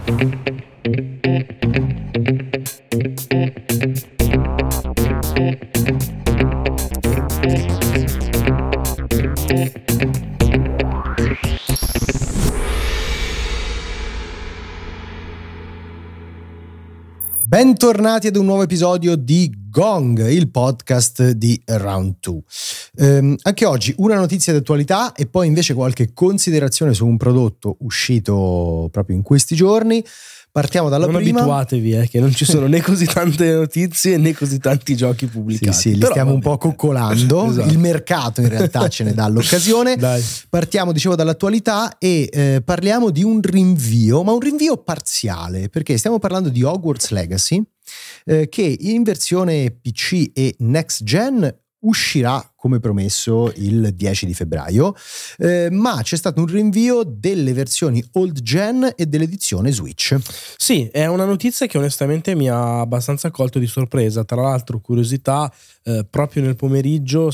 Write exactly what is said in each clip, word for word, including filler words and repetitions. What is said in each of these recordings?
Bentornati ad un nuovo episodio di Gong, il podcast di Round due. Ehm, anche oggi una notizia di attualità e poi invece qualche considerazione su un prodotto uscito proprio in questi giorni. Partiamo dalla non prima. Non abituatevi, eh, che non ci sono né così tante notizie né così tanti giochi pubblicati. Sì, sì, li Però stiamo vabbè. un po' coccolando. Esatto. Il mercato in realtà ce ne dà l'occasione. Dai. Partiamo, dicevo, dall'attualità e eh, parliamo di un rinvio, ma un rinvio parziale, perché stiamo parlando di Hogwarts Legacy, eh, che in versione P C e Next Gen uscirà come promesso il dieci di febbraio, eh, ma c'è stato un rinvio delle versioni old gen e dell'edizione Switch. Sì, è una notizia che onestamente mi ha abbastanza colto di sorpresa. Tra l'altro, curiosità, eh, proprio nel pomeriggio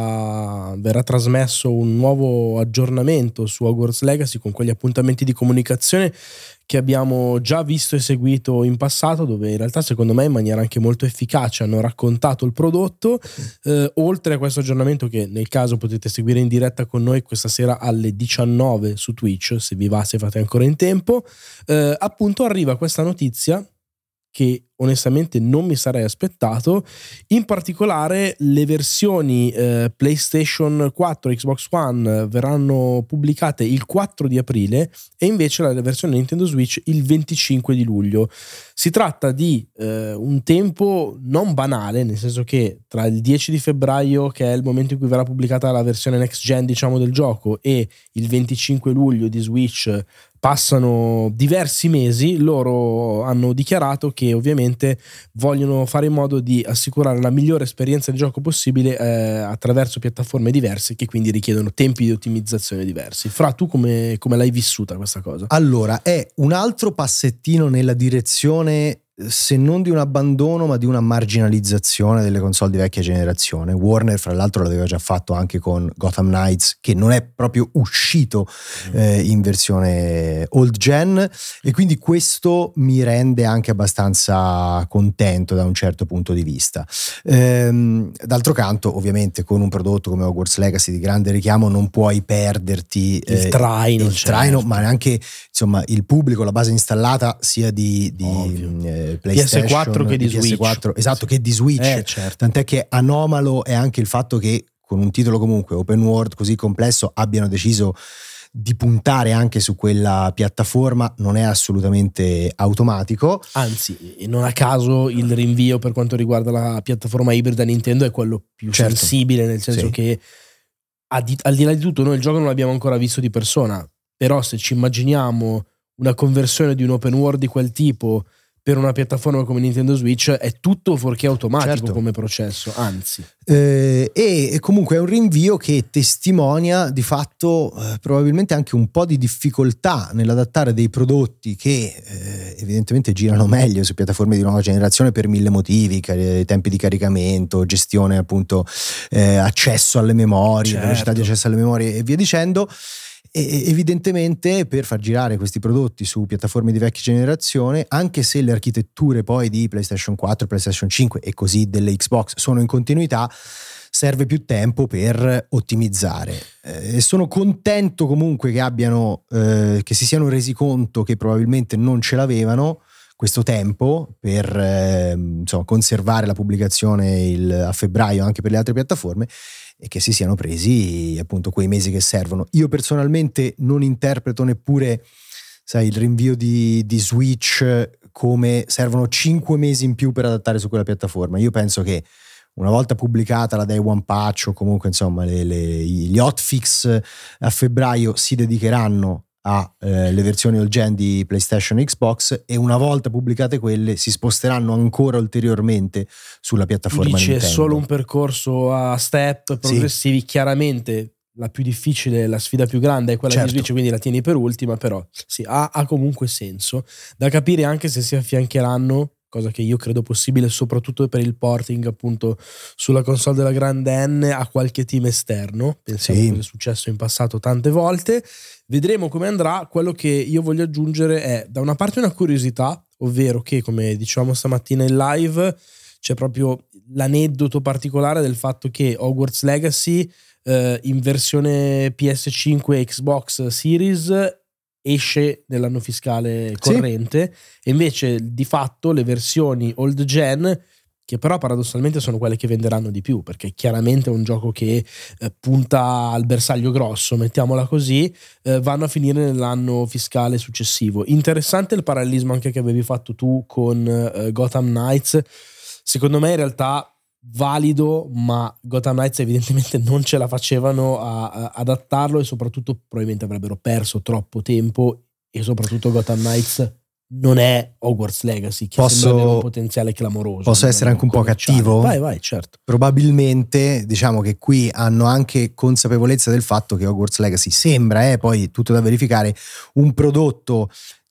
sarà verrà trasmesso un nuovo aggiornamento su Hogwarts Legacy con quegli appuntamenti di comunicazione che abbiamo già visto e seguito in passato, dove in realtà secondo me in maniera anche molto efficace hanno raccontato il prodotto, eh, oltre a questo aggiornamento che nel caso potete seguire in diretta con noi questa sera alle diciannove su Twitch, se vi va, se fate ancora in tempo. Eh, appunto arriva questa notizia che onestamente non mi sarei aspettato. In particolare le versioni eh, PlayStation quattro e Xbox One verranno pubblicate il quattro di aprile e invece la versione Nintendo Switch il venticinque di luglio. Si tratta di eh, un tempo non banale, nel senso che tra il dieci di febbraio, che è il momento in cui verrà pubblicata la versione next gen diciamo del gioco, e il venticinque luglio di Switch passano diversi mesi. Loro hanno dichiarato che ovviamente vogliono fare in modo di assicurare la migliore esperienza di gioco possibile eh, attraverso piattaforme diverse, che quindi richiedono tempi di ottimizzazione diversi. Fra, tu come, come l'hai vissuta questa cosa? Allora, è un altro passettino nella direzione, se non di un abbandono, ma di una marginalizzazione delle console di vecchia generazione. Warner, fra l'altro, l'aveva già fatto anche con Gotham Knights, che non è proprio uscito eh, in versione old gen, e quindi questo mi rende anche abbastanza contento da un certo punto di vista. Ehm, d'altro canto, ovviamente, con un prodotto come Hogwarts Legacy di grande richiamo non puoi perderti il eh, traino, il certo. traino, ma anche insomma il pubblico, la base installata sia di, di PlayStation, P S quattro che di, di P S quattro, Switch. esatto, che di Switch, eh, certo. Tant'è che anomalo è anche il fatto che con un titolo comunque open world così complesso abbiano deciso di puntare anche su quella piattaforma. Non è assolutamente automatico, anzi, non a caso il rinvio per quanto riguarda la piattaforma ibrida Nintendo è quello più certo. sensibile, nel senso sì. che al di là di tutto noi il gioco non l'abbiamo ancora visto di persona, però se ci immaginiamo una conversione di un open world di quel tipo per una piattaforma come Nintendo Switch, è tutto fuorché automatico, certo. come processo, anzi. Eh, e comunque è un rinvio che testimonia di fatto eh, probabilmente anche un po' di difficoltà nell'adattare dei prodotti che eh, evidentemente girano meglio su piattaforme di nuova generazione per mille motivi, car- tempi di caricamento, gestione appunto, eh, accesso alle memorie, certo. velocità di accesso alle memorie e via dicendo. E evidentemente per far girare questi prodotti su piattaforme di vecchia generazione, anche se le architetture poi di PlayStation quattro, PlayStation cinque e così delle Xbox sono in continuità, serve più tempo per ottimizzare. E eh, sono contento comunque che abbiano eh, che si siano resi conto che probabilmente non ce l'avevano questo tempo per eh, insomma, conservare la pubblicazione il, a febbraio anche per le altre piattaforme, e che si siano presi appunto quei mesi che servono. Io personalmente non interpreto neppure, sai, il rinvio di, di Switch come servono cinque mesi in più per adattare su quella piattaforma. Io penso che una volta pubblicata la Day One Patch o comunque insomma le, le, gli hotfix a febbraio si dedicheranno a eh, le versioni old gen di PlayStation e Xbox, e una volta pubblicate quelle si sposteranno ancora ulteriormente sulla piattaforma tu dici Nintendo. È solo un percorso a step progressivi, sì. Chiaramente la più difficile, la sfida più grande è quella, certo. di Switch, quindi la tieni per ultima, però sì, ha, ha comunque senso. Da capire anche se si affiancheranno, cosa che io credo possibile soprattutto per il porting appunto sulla console della grande N a qualche team esterno. Pensiamo Sì. che è successo in passato tante volte. Vedremo come andrà. Quello che io voglio aggiungere è da una parte una curiosità, ovvero che, come dicevamo stamattina in live, c'è proprio l'aneddoto particolare del fatto che Hogwarts Legacy eh, in versione P S cinque e Xbox Series esce nell'anno fiscale corrente, sì. E invece di fatto le versioni old gen, che però paradossalmente sono quelle che venderanno di più, perché chiaramente è un gioco che eh, punta al bersaglio grosso, mettiamola così, eh, vanno a finire nell'anno fiscale successivo. Interessante il parallelismo anche che avevi fatto tu con eh, Gotham Knights. Secondo me in realtà valido, ma Gotham Knights evidentemente non ce la facevano a, a adattarlo, e soprattutto probabilmente avrebbero perso troppo tempo, e soprattutto Gotham Knights non è Hogwarts Legacy, che posso, sembra avere un potenziale clamoroso. Posso essere anche un po' cattivo? Vai, vai, certo. Probabilmente diciamo che qui hanno anche consapevolezza del fatto che Hogwarts Legacy sembra, eh, poi tutto da verificare, un prodotto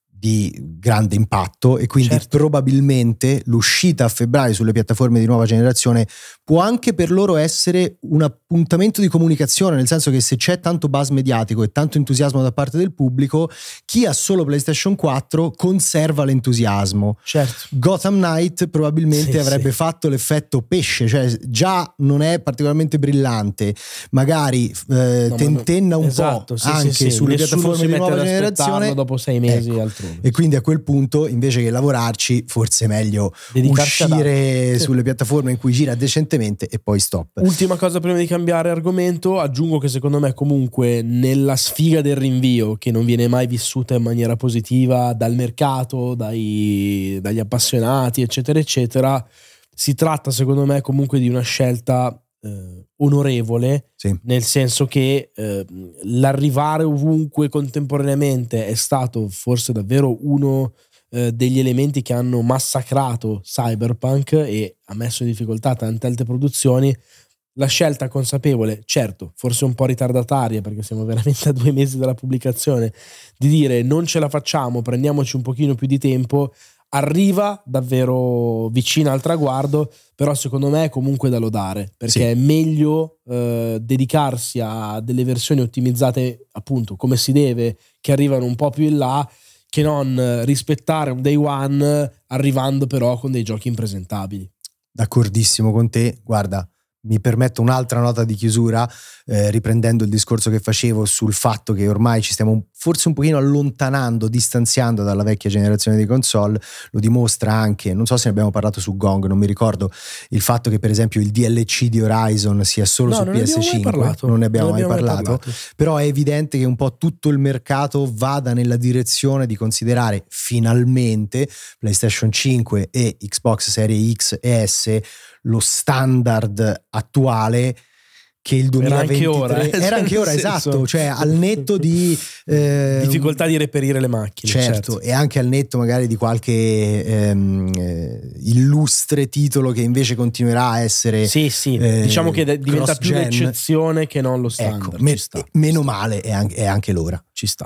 di grande impatto, e quindi certo. probabilmente l'uscita a febbraio sulle piattaforme di nuova generazione può anche per loro essere un appuntamento di comunicazione, nel senso che se c'è tanto buzz mediatico e tanto entusiasmo da parte del pubblico, chi ha solo PlayStation quattro conserva l'entusiasmo. Certo. Gotham Knight probabilmente sì, avrebbe sì. fatto l'effetto pesce, cioè già non è particolarmente brillante, magari eh, no, tentenna un esatto, po' sì, anche sì, sì. sulle Nessuno piattaforme di nuova generazione dopo sei mesi, ecco. altrove. E quindi a quel punto, invece che lavorarci, forse è meglio dedicarsi uscire sì. sulle piattaforme in cui gira decentemente e poi stop. Ultima cosa prima di cambiare argomento, aggiungo che secondo me comunque nella sfiga del rinvio, che non viene mai vissuta in maniera positiva dal mercato, dai, dagli appassionati eccetera eccetera, si tratta secondo me comunque di una scelta eh, onorevole, sì. Nel senso che eh, l'arrivare ovunque contemporaneamente è stato forse davvero uno eh, degli elementi che hanno massacrato Cyberpunk e ha messo in difficoltà tante altre produzioni. La scelta consapevole, certo, forse un po' ritardataria, perché siamo veramente a due mesi dalla pubblicazione, di dire non ce la facciamo, prendiamoci un pochino più di tempo, arriva davvero vicina al traguardo, però secondo me è comunque da lodare, perché sì. È meglio eh, dedicarsi a delle versioni ottimizzate appunto come si deve, che arrivano un po' più in là, che non rispettare un day one arrivando però con dei giochi impresentabili. D'accordissimo con te, guarda, mi permetto un'altra nota di chiusura, eh, riprendendo il discorso che facevo sul fatto che ormai ci stiamo forse un pochino allontanando, distanziando dalla vecchia generazione di console. Lo dimostra anche, non so se ne abbiamo parlato su Gong, non mi ricordo, il fatto che per esempio il D L C di Horizon sia solo no, su non P S cinque, non ne abbiamo, non mai, parlato, mai parlato, però è evidente che un po' tutto il mercato vada nella direzione di considerare finalmente PlayStation cinque e Xbox Series X e S lo standard attuale, che il duemilaventitré era anche ora, eh? era anche ora esatto, cioè al netto di eh, difficoltà di reperire le macchine, certo, certo, e anche al netto magari di qualche ehm, eh, illustre titolo che invece continuerà a essere sì sì eh, diciamo che diventa più l'eccezione che non lo standard. Ecco, me, ci sta, meno ci sta. male, è anche, è anche l'ora, ci sta.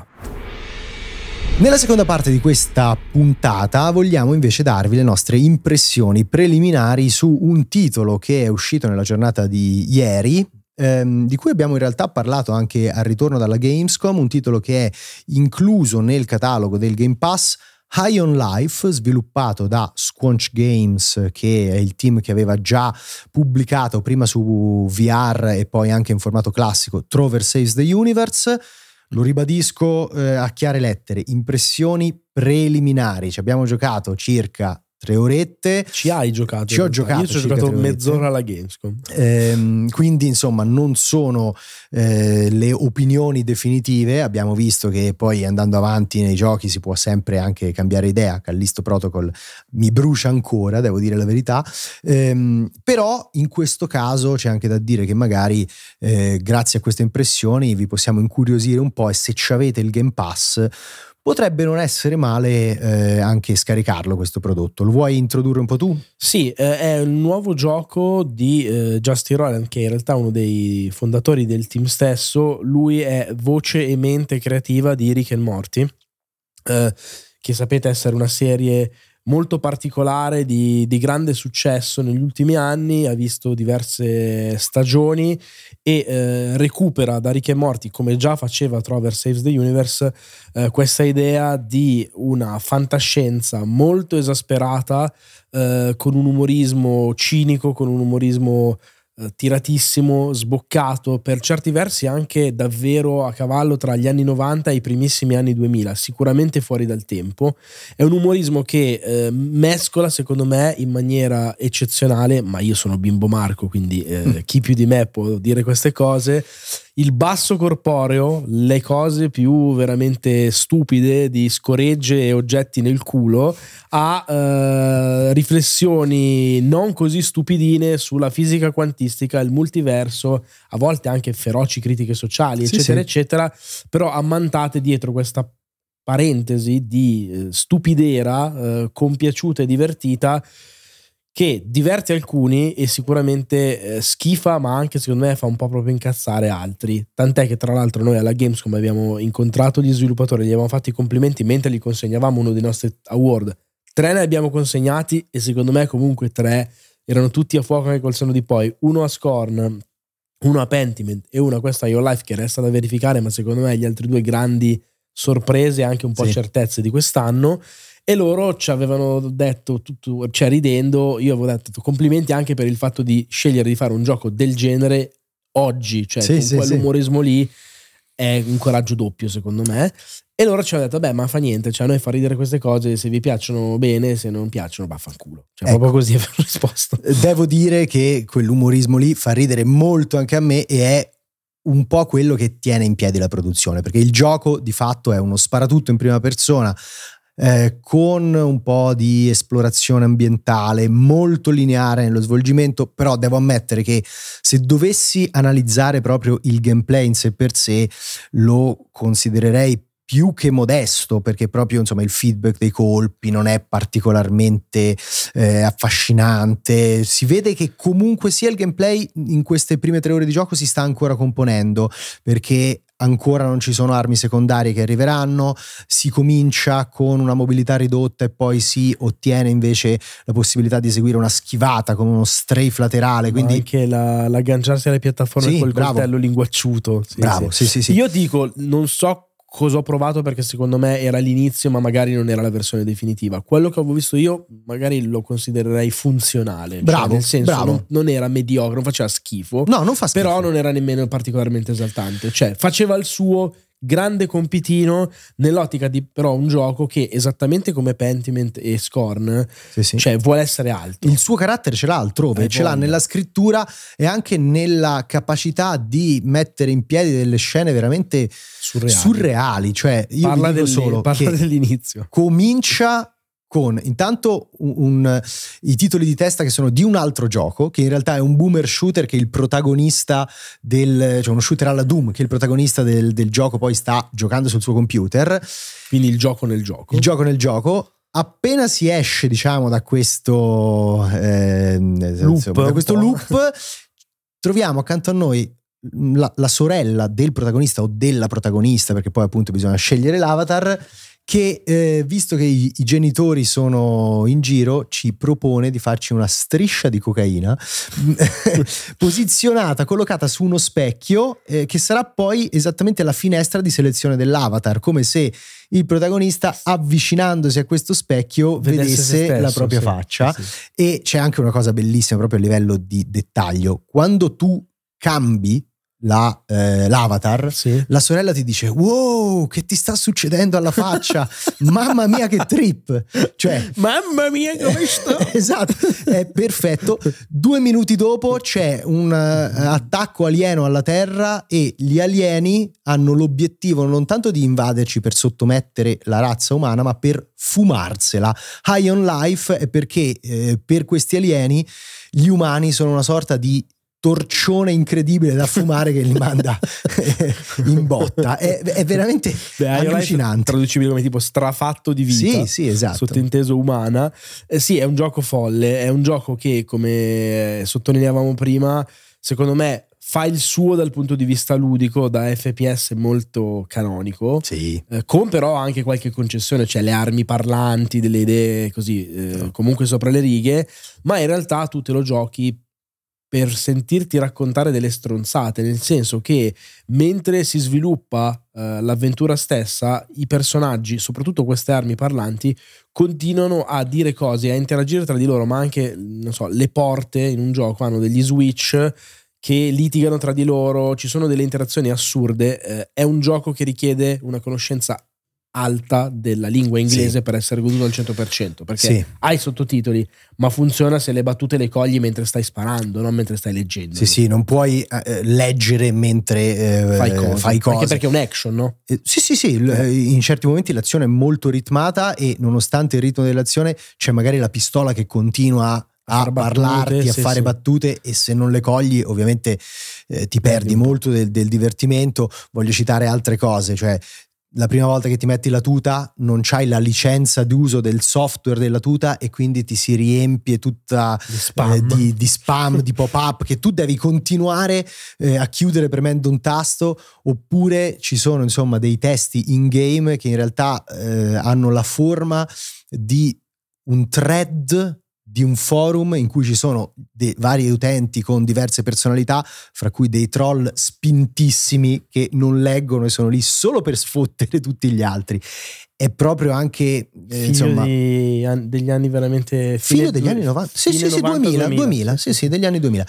Nella seconda parte di questa puntata vogliamo invece darvi le nostre impressioni preliminari su un titolo che è uscito nella giornata di ieri, ehm, di cui abbiamo in realtà parlato anche al ritorno dalla Gamescom, un titolo che è incluso nel catalogo del Game Pass, High on Life, sviluppato da Squanch Games, che è il team che aveva già pubblicato prima su V R e poi anche in formato classico Trover Saves the Universe. Lo ribadisco eh, a chiare lettere, impressioni preliminari. Ci abbiamo giocato circa tre orette. Ci hai giocato? Ci ho giocato. Io ci ho giocato mezz'ora alla Gamescom. Ehm, quindi insomma non sono eh, le opinioni definitive. Abbiamo visto che poi andando avanti nei giochi si può sempre anche cambiare idea. Callisto Protocol mi brucia ancora, devo dire la verità. Ehm, però in questo caso c'è anche da dire che magari eh, grazie a queste impressioni vi possiamo incuriosire un po', e se ci avete il Game Pass potrebbe non essere male eh, anche scaricarlo questo prodotto. Lo vuoi introdurre un po' tu? Sì, eh, è un nuovo gioco di eh, Justin Roiland, che è in realtà uno dei fondatori del team stesso. Lui è voce e mente creativa di Rick and Morty, eh, che sapete essere una serie molto particolare, di, di grande successo negli ultimi anni, ha visto diverse stagioni e eh, recupera da Rick e Morty, come già faceva Trover Saves the Universe, eh, questa idea di una fantascienza molto esasperata, eh, con un umorismo cinico, con un umorismo tiratissimo, sboccato, per certi versi anche davvero a cavallo tra gli anni novanta e i primissimi anni duemila, sicuramente fuori dal tempo. È un umorismo che eh, mescola, secondo me, in maniera eccezionale, ma io sono Bimbo Marco, quindi eh, chi più di me può dire queste cose, il basso corporeo, le cose più veramente stupide di scoregge e oggetti nel culo, a eh, riflessioni non così stupidine sulla fisica quantistica, il multiverso, a volte anche feroci critiche sociali, Sì, eccetera, sì. eccetera, però ammantate dietro questa parentesi di eh, stupidera, eh, compiaciuta e divertita, che diverte alcuni e sicuramente eh, schifa, ma anche secondo me fa un po' proprio incazzare altri. Tant'è che tra l'altro noi alla Gamescom abbiamo incontrato gli sviluppatori, gli abbiamo fatto i complimenti mentre gli consegnavamo uno dei nostri award. Tre ne abbiamo consegnati e secondo me comunque tre erano tutti a fuoco anche col senno di poi. Uno a Scorn, uno a Pentiment e uno a questa Your Life, che resta da verificare, ma secondo me gli altri due grandi sorprese e anche un po' Sì. certezze di quest'anno. E loro ci avevano detto, tutto, cioè ridendo, io avevo detto complimenti anche per il fatto di scegliere di fare un gioco del genere oggi, cioè Sì, con sì, quell'umorismo lì è un coraggio doppio secondo me. E loro ci hanno detto, beh, ma fa niente, cioè a noi fa ridere queste cose, se vi piacciono bene, se non piacciono vaffanculo, cioè Ecco. proprio così avevo risposto. Devo dire che quell'umorismo lì fa ridere molto anche a me e è un po' quello che tiene in piedi la produzione, perché il gioco di fatto è uno sparatutto in prima persona, eh, con un po' di esplorazione ambientale, molto lineare nello svolgimento, però devo ammettere che se dovessi analizzare proprio il gameplay in sé per sé lo considererei più che modesto, perché proprio insomma il feedback dei colpi non è particolarmente eh, affascinante. Si vede che comunque sia il gameplay in queste prime tre ore di gioco si sta ancora componendo, perché ancora non ci sono armi secondarie che arriveranno, si comincia con una mobilità ridotta e poi si ottiene invece la possibilità di eseguire una schivata con uno strafe laterale, quindi anche la, l'agganciarsi alle piattaforme Sì, col bravo. coltello linguacciuto. Sì, bravo, sì sì sì. Io dico, non so cosa ho provato perché secondo me era l'inizio, ma magari non era la versione definitiva. Quello che avevo visto io magari lo considererei funzionale, Bravo, cioè nel senso bravo. Non, non era mediocre, non faceva schifo, No, non fa schifo. però non era nemmeno particolarmente esaltante, cioè faceva il suo grande compitino nell'ottica di però un gioco che esattamente come Pentiment e Scorn, Sì, sì. cioè vuole essere alto. Il suo carattere ce l'ha altrove, Hai ce l'ha voglia. nella scrittura e anche nella capacità di mettere in piedi delle scene veramente Surreali. surreali. Cioè, io Parla, vi dico del, solo parla che dell'inizio. comincia con intanto un, un- i titoli di testa che sono di un altro gioco, che in realtà è un boomer shooter, che il protagonista del, cioè uno shooter alla Doom, che il protagonista del, del gioco poi sta giocando sul suo computer. Quindi il gioco nel gioco. Il gioco nel gioco. Appena si esce, diciamo, da questo ehm, Loop, da questo un po'. loop, troviamo accanto a noi la, la sorella del protagonista o della protagonista, perché poi appunto bisogna scegliere l'avatar, che eh, visto che i, i genitori sono in giro ci propone di farci una striscia di cocaina posizionata, collocata su uno specchio, eh, che sarà poi esattamente la finestra di selezione dell'avatar, come se il protagonista, avvicinandosi a questo specchio, Vedesse vedesse se stesso, la propria sì, faccia. sì, sì. E c'è anche una cosa bellissima proprio a livello di dettaglio: quando tu cambi la, eh, l'avatar, Sì. la sorella ti dice wow, che ti sta succedendo alla faccia, mamma mia che trip, cioè Mamma mia come sto. esatto, è perfetto. Due minuti dopo c'è un uh, attacco alieno alla Terra e gli alieni hanno l'obiettivo non tanto di invaderci per sottomettere la razza umana, ma per fumarsela. High on Life è perché eh, per questi alieni gli umani sono una sorta di torcione incredibile da fumare che li manda in botta. È, è veramente Beh, allucinante. Traducibile come tipo strafatto di vita. Sì, sì, esatto. Sottinteso umana. Eh, sì, è un gioco folle, è un gioco che, come sottolineavamo prima, secondo me fa il suo dal punto di vista ludico, da F P S molto canonico, sì. eh, con però anche qualche concessione, cioè le armi parlanti, delle idee così, eh, no. comunque sopra le righe, ma in realtà tu te lo giochi per sentirti raccontare delle stronzate, nel senso che mentre si sviluppa eh, l'avventura stessa, i personaggi, soprattutto queste armi parlanti, continuano a dire cose, a interagire tra di loro, ma anche, non so, le porte in un gioco hanno degli switch che litigano tra di loro, ci sono delle interazioni assurde, eh, è un gioco che richiede una conoscenza alta della lingua inglese, sì. per essere goduto al cento per cento, perché sì. hai sottotitoli, ma funziona se le battute le cogli mentre stai sparando, non mentre stai leggendo. Sì, sì, non puoi eh, leggere mentre eh, fai, cose. fai cose. Anche perché è un action, no? Eh, sì, sì, sì, eh. in certi momenti l'azione è molto ritmata e nonostante il ritmo dell'azione c'è magari la pistola che continua a a parlarti, battute, a sì, fare sì. battute, e se non le cogli ovviamente eh, ti perdi molto del, del divertimento. Voglio citare altre cose, cioè la prima volta che ti metti la tuta non c'hai la licenza d'uso del software della tuta e quindi ti si riempie tutta di spam, eh, di, di, spam di pop-up che tu devi continuare eh, a chiudere premendo un tasto, oppure ci sono insomma dei testi in game che in realtà eh, hanno la forma di un thread di un forum in cui ci sono dei vari utenti con diverse personalità, fra cui dei troll spintissimi che non leggono e sono lì solo per sfottere tutti gli altri. È proprio anche eh, insomma di, degli anni veramente figlio degli anni novanta, sì sì sì, novanta, duemila, duemila, sì sì, degli anni duemila,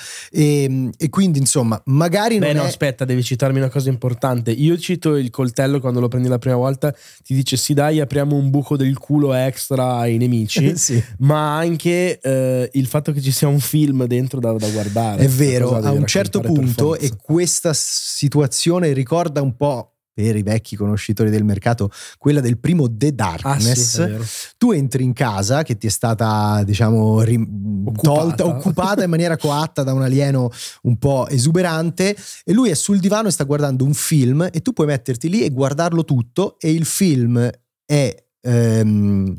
e, e quindi insomma magari non Beh, no, è... aspetta, devi citarmi una cosa importante. Io cito il coltello quando lo prendi la prima volta, ti dice sì dai, apriamo un buco del culo extra ai nemici, sì. ma anche eh, il fatto che ci sia un film dentro da, da guardare. È vero, a un certo punto, e questa situazione ricorda un po', per i vecchi conoscitori del mercato, quella del primo The Darkness. Ah, sì, tu entri in casa che ti è stata diciamo rim- occupata. tolta, occupata in maniera coatta da un alieno un po' esuberante, e lui è sul divano e sta guardando un film, e tu puoi metterti lì e guardarlo tutto, e il film è ehm,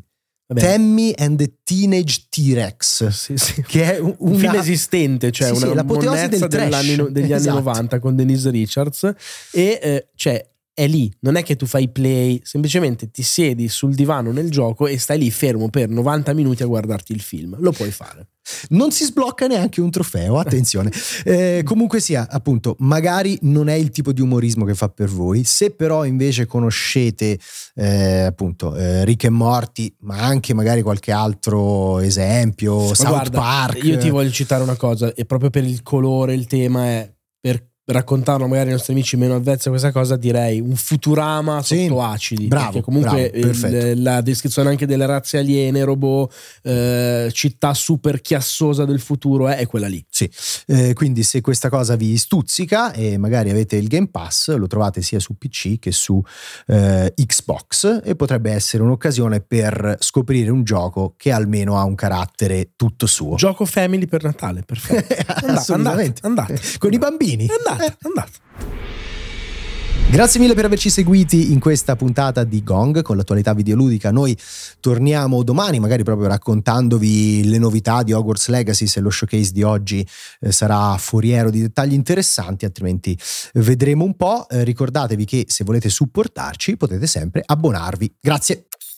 Tammy and the Teenage T-Rex, sì, sì. che è un, un film esistente, cioè sì, una sì, l'apoteosi del degli anni, degli esatto. anni novanta con Denise Richards, e eh, cioè è lì, non è che tu fai play, semplicemente ti siedi sul divano nel gioco e stai lì fermo per novanta minuti a guardarti il film. Lo puoi fare. Non si sblocca neanche un trofeo, attenzione. Eh, comunque sia, appunto, magari non è il tipo di umorismo che fa per voi. Se però invece conoscete eh, appunto eh, Rick e Morty, ma anche magari qualche altro esempio, ma South guarda, Park. Io ti voglio citare una cosa, e proprio per il colore, il tema è per raccontarlo magari ai nostri amici meno avvezzi a questa cosa, direi un Futurama sì, sotto acidi, bravo, perché comunque bravo, il, la descrizione anche delle razze aliene, robot, eh, città super chiassosa del futuro è, è quella lì. Sì, eh, quindi se questa cosa vi stuzzica e magari avete il Game Pass, lo trovate sia su P C che su eh, Xbox, e potrebbe essere un'occasione per scoprire un gioco che almeno ha un carattere tutto suo. Gioco family per Natale, perfetto. Andate, assolutamente, andate, andate. Con i bambini. Andate. Andate. Grazie mille per averci seguiti in questa puntata di Gong con l'attualità videoludica. Noi torniamo domani, magari proprio raccontandovi le novità di Hogwarts Legacy, se lo showcase di oggi eh, sarà foriero di dettagli interessanti, altrimenti vedremo un po'. Eh, ricordatevi che se volete supportarci potete sempre abbonarvi. Grazie.